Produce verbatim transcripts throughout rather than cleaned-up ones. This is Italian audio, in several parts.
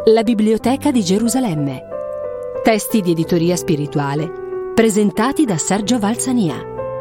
La Biblioteca di Gerusalemme. Testi di editoria spirituale, presentati da Sergio Valsania.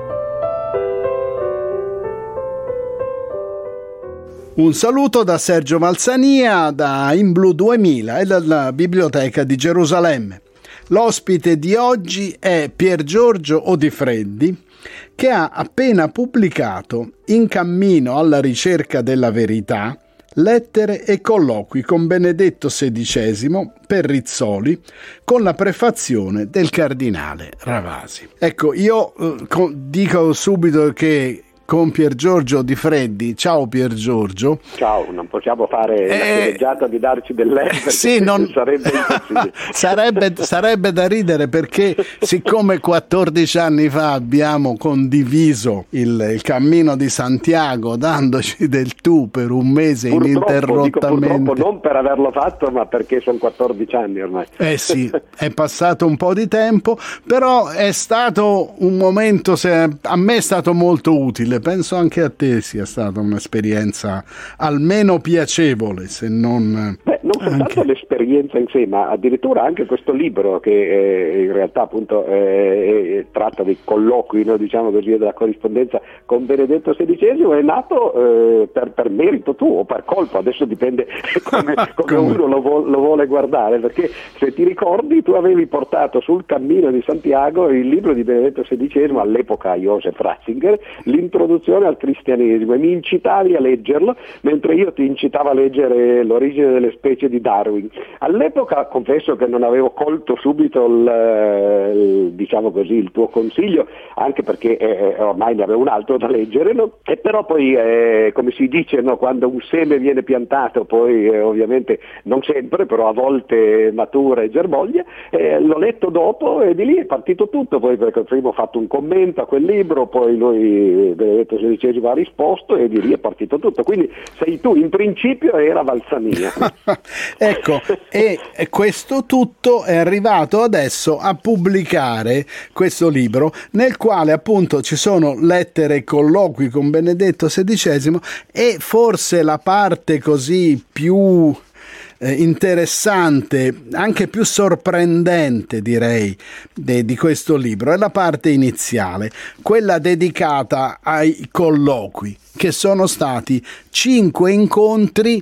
Un saluto da Sergio Valsania, da In Blu duemila e dalla Biblioteca di Gerusalemme. L'ospite di oggi è Piergiorgio Odifreddi, che ha appena pubblicato In cammino alla ricerca della verità, lettere e colloqui con Benedetto sedicesimo per Rizzoli, con la prefazione del cardinale Ravasi. Ecco, io eh, dico subito che con Piergiorgio Odifreddi. Ciao Piergiorgio. Ciao, non possiamo fare eh, la sceneggiata di darci del lei perché sì, non... sarebbe impossibile. sarebbe, sarebbe da ridere perché siccome quattordici anni fa abbiamo condiviso il, il cammino di Santiago dandoci del tu per un mese purtroppo, ininterrottamente. Dico purtroppo non per averlo fatto, ma perché sono quattordici anni ormai. Eh sì, è passato un po' di tempo, però è stato un momento, se, a me è stato molto utile. Penso anche a te sia stata un'esperienza almeno piacevole, se non... Beh, non soltanto anche... l'esperienza in sé, ma addirittura anche questo libro che eh, in realtà appunto eh, tratta dei colloqui, no, diciamo così, della corrispondenza con Benedetto sedicesimo, è nato eh, per, per merito tuo o per colpa, adesso dipende come, come uno lo, vo- lo vuole guardare, perché se ti ricordi tu avevi portato sul cammino di Santiago il libro di Benedetto sedicesimo, all'epoca Joseph Ratzinger, l'introduzione al cristianesimo, e mi incitavi a leggerlo mentre io ti incitavo a leggere L'origine delle specie di Darwin. All'epoca confesso che non avevo colto subito il, il, diciamo così, il tuo consiglio, anche perché eh, ormai ne avevo un altro da leggere, no? E però poi eh, come si dice, no? Quando un seme viene piantato poi eh, ovviamente non sempre, però a volte matura e germoglia, eh, l'ho letto dopo e di lì è partito tutto, poi perché prima ho fatto un commento a quel libro, poi lui Benedetto sedicesimo ha risposto e di lì è partito tutto, quindi sei tu, in principio era Valsania. Ecco, e questo tutto è arrivato adesso a pubblicare questo libro nel quale appunto ci sono lettere e colloqui con Benedetto sedicesimo, e forse la parte così più eh, interessante, anche più sorprendente direi de, di questo libro è la parte iniziale, quella dedicata ai colloqui, che sono stati cinque incontri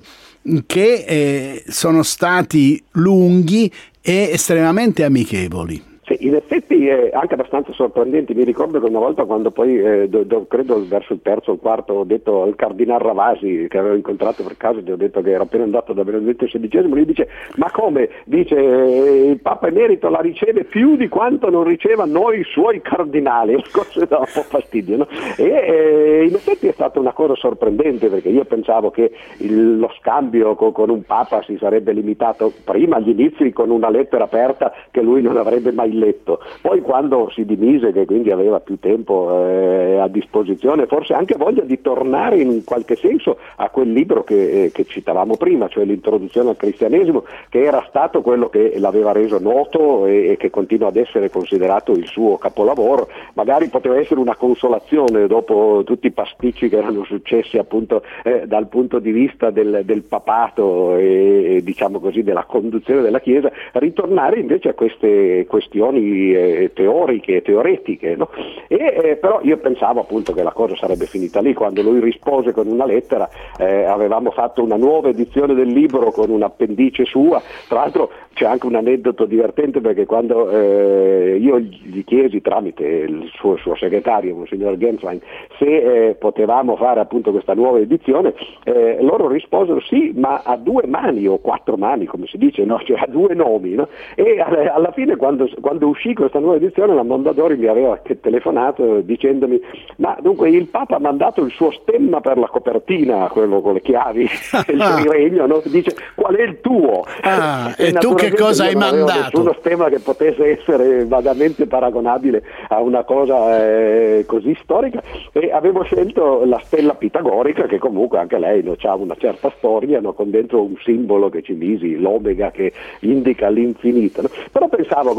che eh, sono stati lunghi e estremamente amichevoli. Sì, in effetti è anche abbastanza sorprendente. Mi ricordo che una volta, quando poi eh, do, do, credo verso il terzo o il quarto, ho detto al cardinale Ravasi, che avevo incontrato per caso, gli ho detto che era appena andato da Benedetto sedicesimo, lui dice: ma come? Dice eh, il Papa Emerito la riceve più di quanto non riceva noi suoi cardinali. La cosa dà un po' fastidio, no? E eh, in effetti è stata una cosa sorprendente, perché io pensavo che il, lo scambio con, con un Papa si sarebbe limitato prima agli inizi con una lettera aperta che lui non avrebbe mai letto, poi quando si dimise, che quindi aveva più tempo eh, a disposizione, forse anche voglia di tornare in qualche senso a quel libro che, eh, che citavamo prima, cioè l'introduzione al cristianesimo, che era stato quello che l'aveva reso noto e, e che continua ad essere considerato il suo capolavoro. Magari poteva essere una consolazione dopo tutti i pasticci che erano successi appunto eh, dal punto di vista del, del papato e, e diciamo così della conduzione della Chiesa, ritornare invece a queste questioni eh, teoriche e teoretiche, no? E eh, però io pensavo appunto che la cosa sarebbe finita lì. Quando lui rispose con una lettera, eh, avevamo fatto una nuova edizione del libro con un appendice sua. Tra l'altro c'è anche un aneddoto divertente, perché quando eh, io gli chiesi tramite il suo, suo segretario, Monsignor Genswein, se eh, potevamo fare appunto questa nuova edizione, eh, loro risposero sì, ma a due mani o quattro mani, come si dice, no? Cioè a due nomi, no? E alla, alla fine quando, quando uscì questa nuova edizione, la Mondadori mi aveva telefonato dicendomi: ma dunque il Papa ha mandato il suo stemma per la copertina, quello con le chiavi del regno, no? Dice: qual è il tuo? Ah, e, e tu che cosa hai mandato? Non avevo nessuno stemma che potesse essere vagamente paragonabile a una cosa eh, così storica, e avevo scelto la stella pitagorica, che comunque anche lei no, ha una certa storia, no? Con dentro un simbolo che ci misi, l'omega, che indica l'infinito, no? Però pensavo, come dicevo,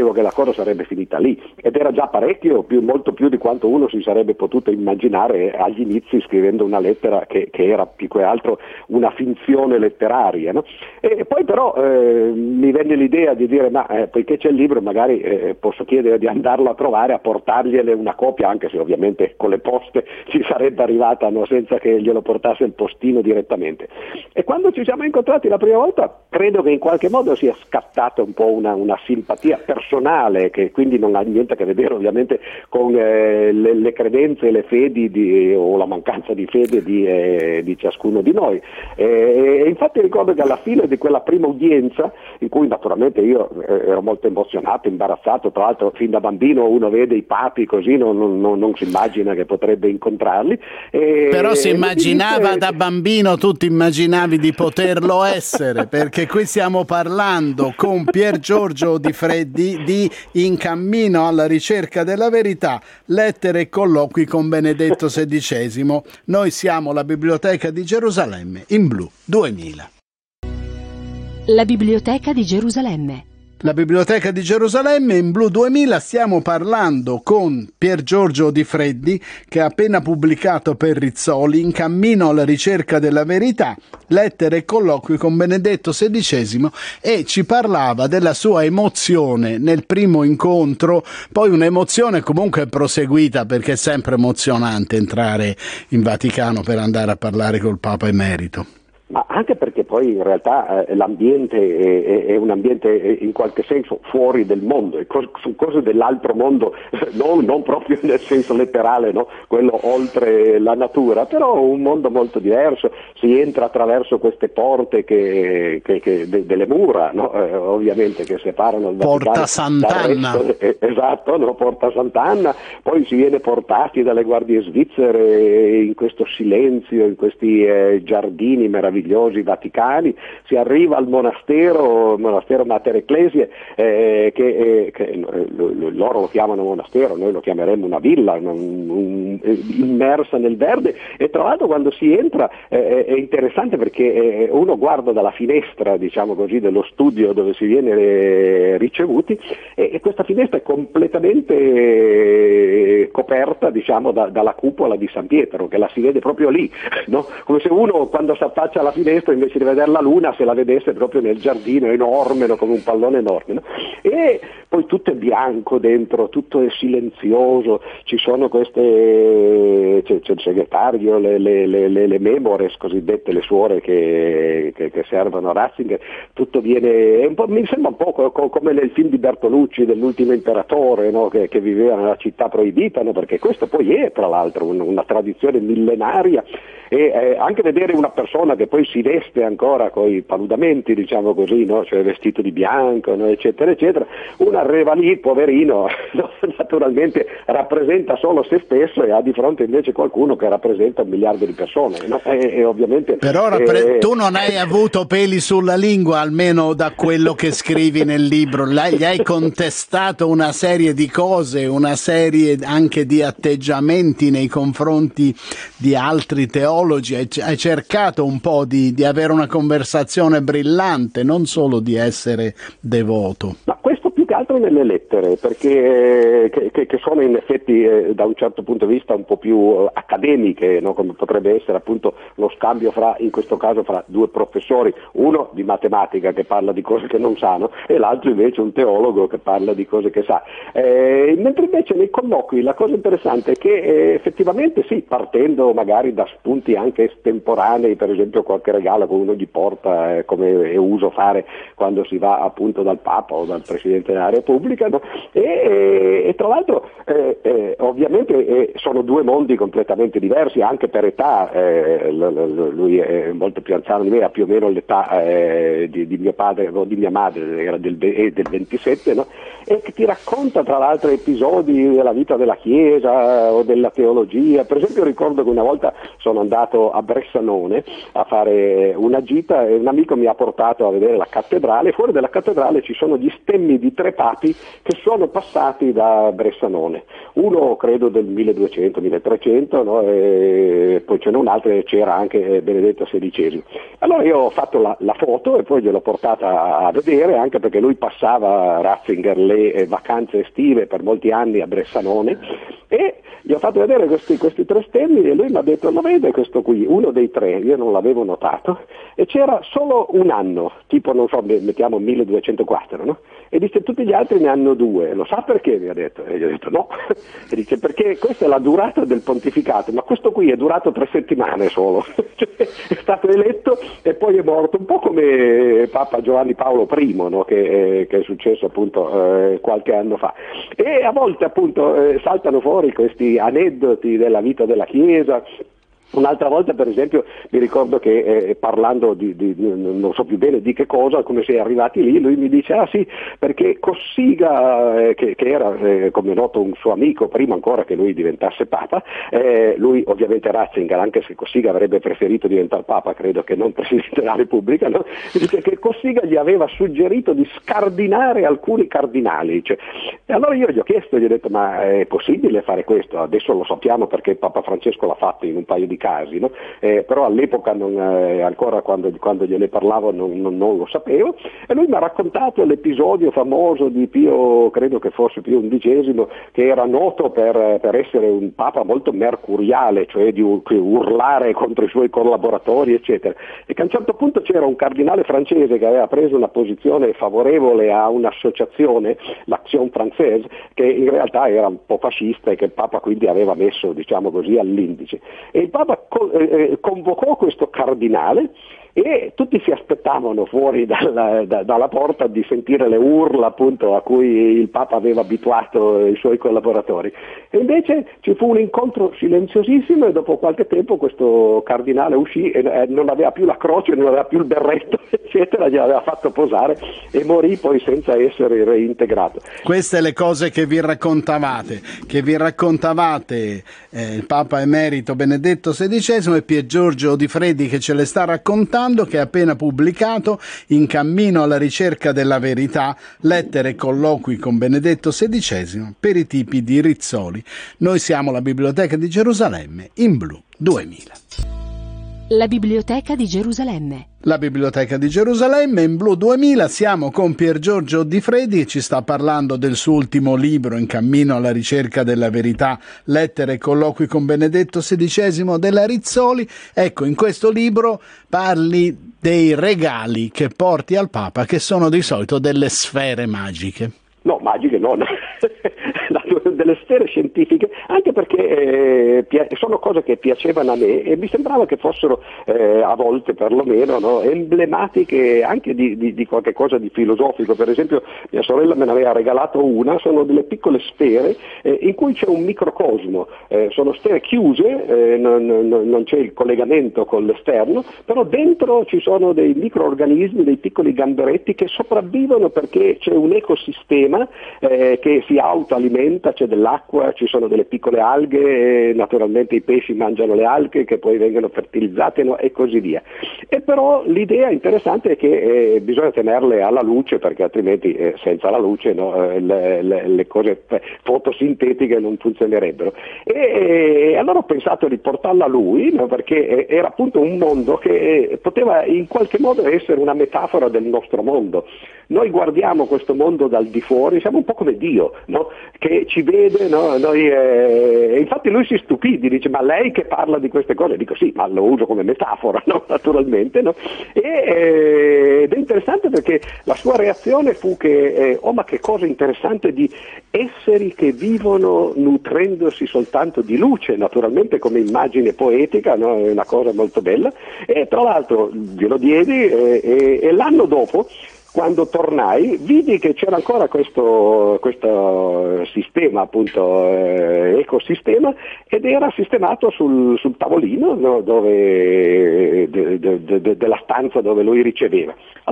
credevo che la cosa sarebbe finita lì, ed era già parecchio, più, molto più di quanto uno si sarebbe potuto immaginare agli inizi, scrivendo una lettera che, che era più che altro una finzione letteraria, no? E poi però eh, mi venne l'idea di dire, ma eh, poiché c'è il libro magari eh, posso chiedere di andarlo a trovare, a portargliene una copia, anche se ovviamente con le poste ci sarebbe arrivata, no? Senza che glielo portasse il postino direttamente. E quando ci siamo incontrati la prima volta, credo che in qualche modo sia scattata un po' una, una simpatia personale, che quindi non ha niente a che vedere ovviamente con eh, le, le credenze e le fedi di, o la mancanza di fede di, eh, di ciascuno di noi. E, e infatti ricordo che alla fine di quella prima udienza, in cui naturalmente io eh, ero molto emozionato, imbarazzato, tra l'altro fin da bambino uno vede i papi così, non, non, non, non si immagina che potrebbe incontrarli. E, Però si immaginava dice... da bambino, tu ti immaginavi di poterlo essere, perché qui stiamo parlando con Pier Giorgio Di Freddi di In cammino alla ricerca della verità, lettere e colloqui con Benedetto sedicesimo. Noi siamo la Biblioteca di Gerusalemme in Blu duemila. La Biblioteca di Gerusalemme. La Biblioteca di Gerusalemme in Blu duemila, stiamo parlando con Pier Giorgio Di Freddi, che ha appena pubblicato per Rizzoli In cammino alla ricerca della verità, lettere e colloqui con Benedetto sedicesimo, e ci parlava della sua emozione nel primo incontro, poi un'emozione comunque proseguita, perché è sempre emozionante entrare in Vaticano per andare a parlare col Papa Emerito. Ma anche perché poi in realtà eh, l'ambiente è, è un ambiente in qualche senso fuori del mondo, è cos- su cose dell'altro mondo, non, non proprio nel senso letterale, no? Quello oltre la natura, però un mondo molto diverso, si entra attraverso queste porte che, che, che de- delle mura, no? eh, ovviamente, che separano il Vaticano Porta Sant'Anna. dal resto, eh, esatto, no? Porta Sant'Anna, poi si viene portati dalle guardie svizzere in questo silenzio, in questi eh, giardini meravigliosi vaticani, si arriva al monastero, monastero Mater Ecclesiae, eh, che, eh, che loro lo chiamano monastero, noi lo chiameremmo una villa, un, un, immersa nel verde, e tra l'altro quando si entra eh, è interessante perché eh, uno guarda dalla finestra, diciamo così, dello studio dove si viene eh, ricevuti, e, e questa finestra è completamente eh, coperta, diciamo, da, dalla cupola di San Pietro, che la si vede proprio lì, no? Come se uno quando si affaccia alla finestra, invece di vedere la luna, se la vedesse proprio nel giardino enorme, no? Come un pallone enorme, no? E poi tutto è bianco dentro, tutto è silenzioso, ci sono queste, c'è, c'è il segretario, le, le, le, le memores cosiddette, le suore che, che, che servono a Ratzinger, tutto viene, un po', mi sembra un po' come nel film di Bertolucci dell'ultimo imperatore, no? che, che viveva nella città proibita, no? Perché questo poi è tra l'altro un, una tradizione millenaria, e eh, anche vedere una persona che poi si veste ancora con i paludamenti, diciamo così, no? Cioè vestito di bianco, no? eccetera eccetera, uno arriva lì, poverino, no? Naturalmente rappresenta solo se stesso e ha di fronte invece qualcuno che rappresenta un miliardo di persone, no? e, e ovviamente però rappre- eh, tu non hai avuto peli sulla lingua, almeno da quello che scrivi nel libro. Gli hai contestato una serie di cose, una serie anche di atteggiamenti nei confronti di altri teologi, hai, hai cercato un po' di, di avere una conversazione brillante, non solo di essere devoto. Ma questo più che altro nelle lettere, perché che, che, che sono in effetti eh, da un certo punto di vista un po' più eh, accademiche, no? Come potrebbe essere appunto lo scambio fra, in questo caso, fra due professori, uno di matematica che parla di cose che non sanno e l'altro invece un teologo che parla di cose che sa. Eh, mentre invece nei colloqui la cosa interessante è che eh, effettivamente sì, partendo magari da spunti anche estemporanei, per esempio qualche regalo che uno gli porta, eh, come è uso fare quando si va appunto dal Papa o dal Presidente della Repubblica, no? e, e, e tra l'altro eh, eh, ovviamente eh, sono due mondi completamente diversi anche per età, eh, l- l- lui è molto più anziano di me, ha più o meno l'età eh, di, di mio padre o di mia madre, era del, del ventisette, no? E che ti racconta tra l'altro episodi della vita della Chiesa o della teologia. Per esempio ricordo che una volta sono andato a Bressanone a fare una gita e un amico mi ha portato a vedere la cattedrale. Fuori dalla cattedrale ci sono gli stemmi di tre papi che sono passati da Bressanone, uno credo del milleduecento milletrecento, no? E poi ce n'è un altro, c'era anche Benedetto sedicesimo. Allora io ho fatto la, la foto e poi gliel'ho portata a vedere, anche perché lui passava, Ratzinger, le vacanze estive per molti anni a Bressanone, e gli ho fatto vedere questi, questi tre stemmi e lui mi ha detto: lo vede questo qui, uno dei tre, io non l'avevo notato, e c'era solo un anno, tipo non so, mettiamo milleduecentoquattro, no? E dice tutti gli altri ne hanno due, lo sa perché? Mi ha detto, e gli ho detto no, e dice perché questa è la durata del pontificato, ma questo qui è durato tre settimane solo, cioè, è stato eletto e poi è morto, un po' come Papa Giovanni Paolo I, no? che, eh, che è successo appunto eh, qualche anno fa. E a volte appunto eh, saltano fuori questi aneddoti della vita della Chiesa. Un'altra volta, per esempio, mi ricordo che eh, parlando di, di, non so più bene di che cosa, come si è arrivati lì, lui mi dice: ah sì, perché Cossiga, eh, che, che era eh, come noto un suo amico prima ancora che lui diventasse Papa, eh, lui ovviamente Ratzinger, anche se Cossiga avrebbe preferito diventare Papa, credo che non Presidente della Repubblica, no? Dice che Cossiga gli aveva suggerito di scardinare alcuni cardinali, cioè, e allora io gli ho chiesto, gli ho detto: ma è possibile fare questo? Adesso lo sappiamo perché Papa Francesco l'ha fatto in un paio di casi, no? eh, però all'epoca non, eh, ancora quando, quando gliene parlavo non, non, non lo sapevo, e lui mi ha raccontato l'episodio famoso di Pio, credo che fosse Pio undicesimo, che era noto per, per essere un papa molto mercuriale, cioè di urlare contro i suoi collaboratori eccetera, e che a un certo punto c'era un cardinale francese che aveva preso una posizione favorevole a un'associazione, l'Action Française, che in realtà era un po' fascista e che il Papa quindi aveva messo, diciamo così, all'indice, e il Papa convocò questo cardinale e tutti si aspettavano fuori dalla, da, dalla porta di sentire le urla appunto a cui il Papa aveva abituato i suoi collaboratori, e invece ci fu un incontro silenziosissimo e dopo qualche tempo questo cardinale uscì e eh, non aveva più la croce, non aveva più il berretto eccetera, gli aveva fatto posare e morì poi senza essere reintegrato. Queste le cose che vi raccontavate che vi raccontavate eh, il Papa Emerito Benedetto sedicesimo e Pier Giorgio Di Freddi che ce le sta raccontando, che ha appena pubblicato In cammino alla ricerca della verità, lettere e colloqui con Benedetto sedicesimo per i tipi di Rizzoli. Noi siamo la Biblioteca di Gerusalemme in Blu duemila. La Biblioteca di Gerusalemme. La Biblioteca di Gerusalemme in Blu duemila, siamo con Pier Giorgio Di Freddi che ci sta parlando del suo ultimo libro In cammino alla ricerca della verità, lettere e colloqui con Benedetto sedicesimo della Rizzoli. Ecco, in questo libro parli dei regali che porti al Papa, che sono di solito delle sfere magiche. No, magiche no, no. Delle sfere scientifiche, anche perché eh, sono cose che piacevano a me e mi sembrava che fossero eh, a volte perlomeno, no, emblematiche anche di, di, di qualche cosa di filosofico. Per esempio mia sorella me ne aveva regalato una, sono delle piccole sfere eh, in cui c'è un microcosmo, eh, sono sfere chiuse, eh, non, non, non c'è il collegamento con l'esterno, però dentro ci sono dei microorganismi, dei piccoli gamberetti che sopravvivono perché c'è un ecosistema eh, che si autoalimenta, c'è dell'acqua, ci sono delle piccole alghe, naturalmente i pesci mangiano le alghe che poi vengono fertilizzate, no, e così via. E però l'idea interessante è che eh, bisogna tenerle alla luce perché altrimenti eh, senza la luce no, eh, le, le, le cose fotosintetiche non funzionerebbero. E, e allora ho pensato di portarla a lui, no, perché era appunto un mondo che poteva in qualche modo essere una metafora del nostro mondo. Noi guardiamo questo mondo dal di fuori, siamo un po' come Dio, no? Che ci vede, no? Noi, eh... infatti lui si stupì, dice: ma lei che parla di queste cose? Dico sì, ma lo uso come metafora, no? Naturalmente, no? E, eh... ed è interessante perché la sua reazione fu che eh, oh ma che cosa interessante di esseri che vivono nutrendosi soltanto di luce, naturalmente come immagine poetica, no? È una cosa molto bella, e tra l'altro glielo diedi eh, e, e l'anno dopo, quando tornai, vidi che c'era ancora questo, questo sistema, appunto, eh, ecosistema, ed era sistemato sul, sul tavolino, no, dove, de, de, de, della stanza dove lui riceveva. Allora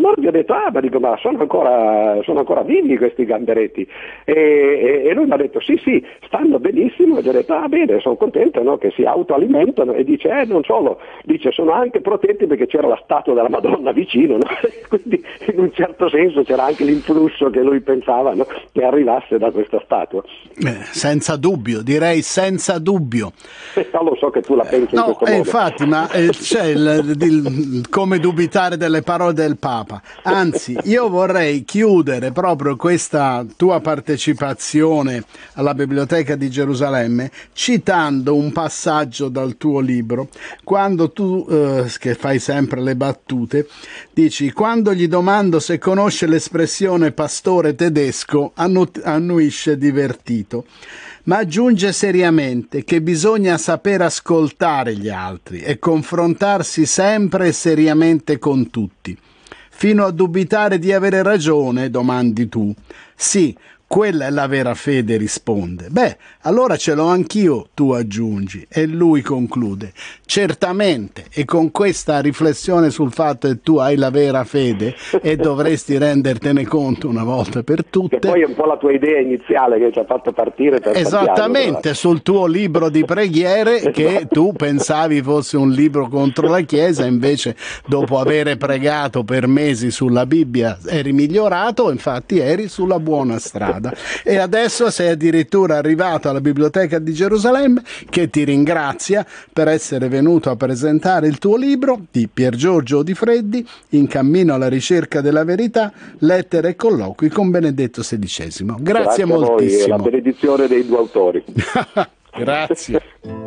Allora gli ho detto, ah, ma dico, ma sono ancora, sono ancora vivi questi gamberetti? E, e, e lui mi ha detto, sì, sì, stanno benissimo. E gli ho detto, ah, bene, sono contento, no, che si autoalimentano. E dice, eh, non solo, dice, sono anche protetti perché c'era la statua della Madonna vicino, no? Quindi in un certo senso c'era anche l'influsso che lui pensava, no, che arrivasse da questa statua. Eh, senza dubbio, direi senza dubbio. Eh, lo so che tu la pensi no, in questo eh, modo. Infatti, ma eh, c'è il, il, come dubitare delle parole del Papa. Anzi, io vorrei chiudere proprio questa tua partecipazione alla Biblioteca di Gerusalemme citando un passaggio dal tuo libro, quando tu, eh, che fai sempre le battute, dici: quando gli domando se conosce l'espressione pastore tedesco, annu- annuisce divertito. Ma aggiunge seriamente che bisogna saper ascoltare gli altri e confrontarsi sempre e seriamente con tutti. Fino a dubitare di avere ragione, domandi tu. Sì, quella è la vera fede, risponde. Beh, allora ce l'ho anch'io, tu aggiungi. E lui conclude: certamente, e con questa riflessione sul fatto che tu hai la vera fede e dovresti rendertene conto una volta per tutte. Che poi è un po' la tua idea iniziale che ci ha fatto partire per Esattamente, Santiago, sul tuo libro di preghiere che tu pensavi fosse un libro contro la Chiesa, invece dopo avere pregato per mesi sulla Bibbia eri migliorato, infatti eri sulla buona strada. E adesso sei addirittura arrivato alla Biblioteca di Gerusalemme, che ti ringrazia per essere venuto a presentare il tuo libro di Pier Giorgio Di Freddi, In cammino alla ricerca della verità, lettere e colloqui con Benedetto sedicesimo. Grazie, Grazie moltissimo. A voi, e la benedizione dei due autori. Grazie.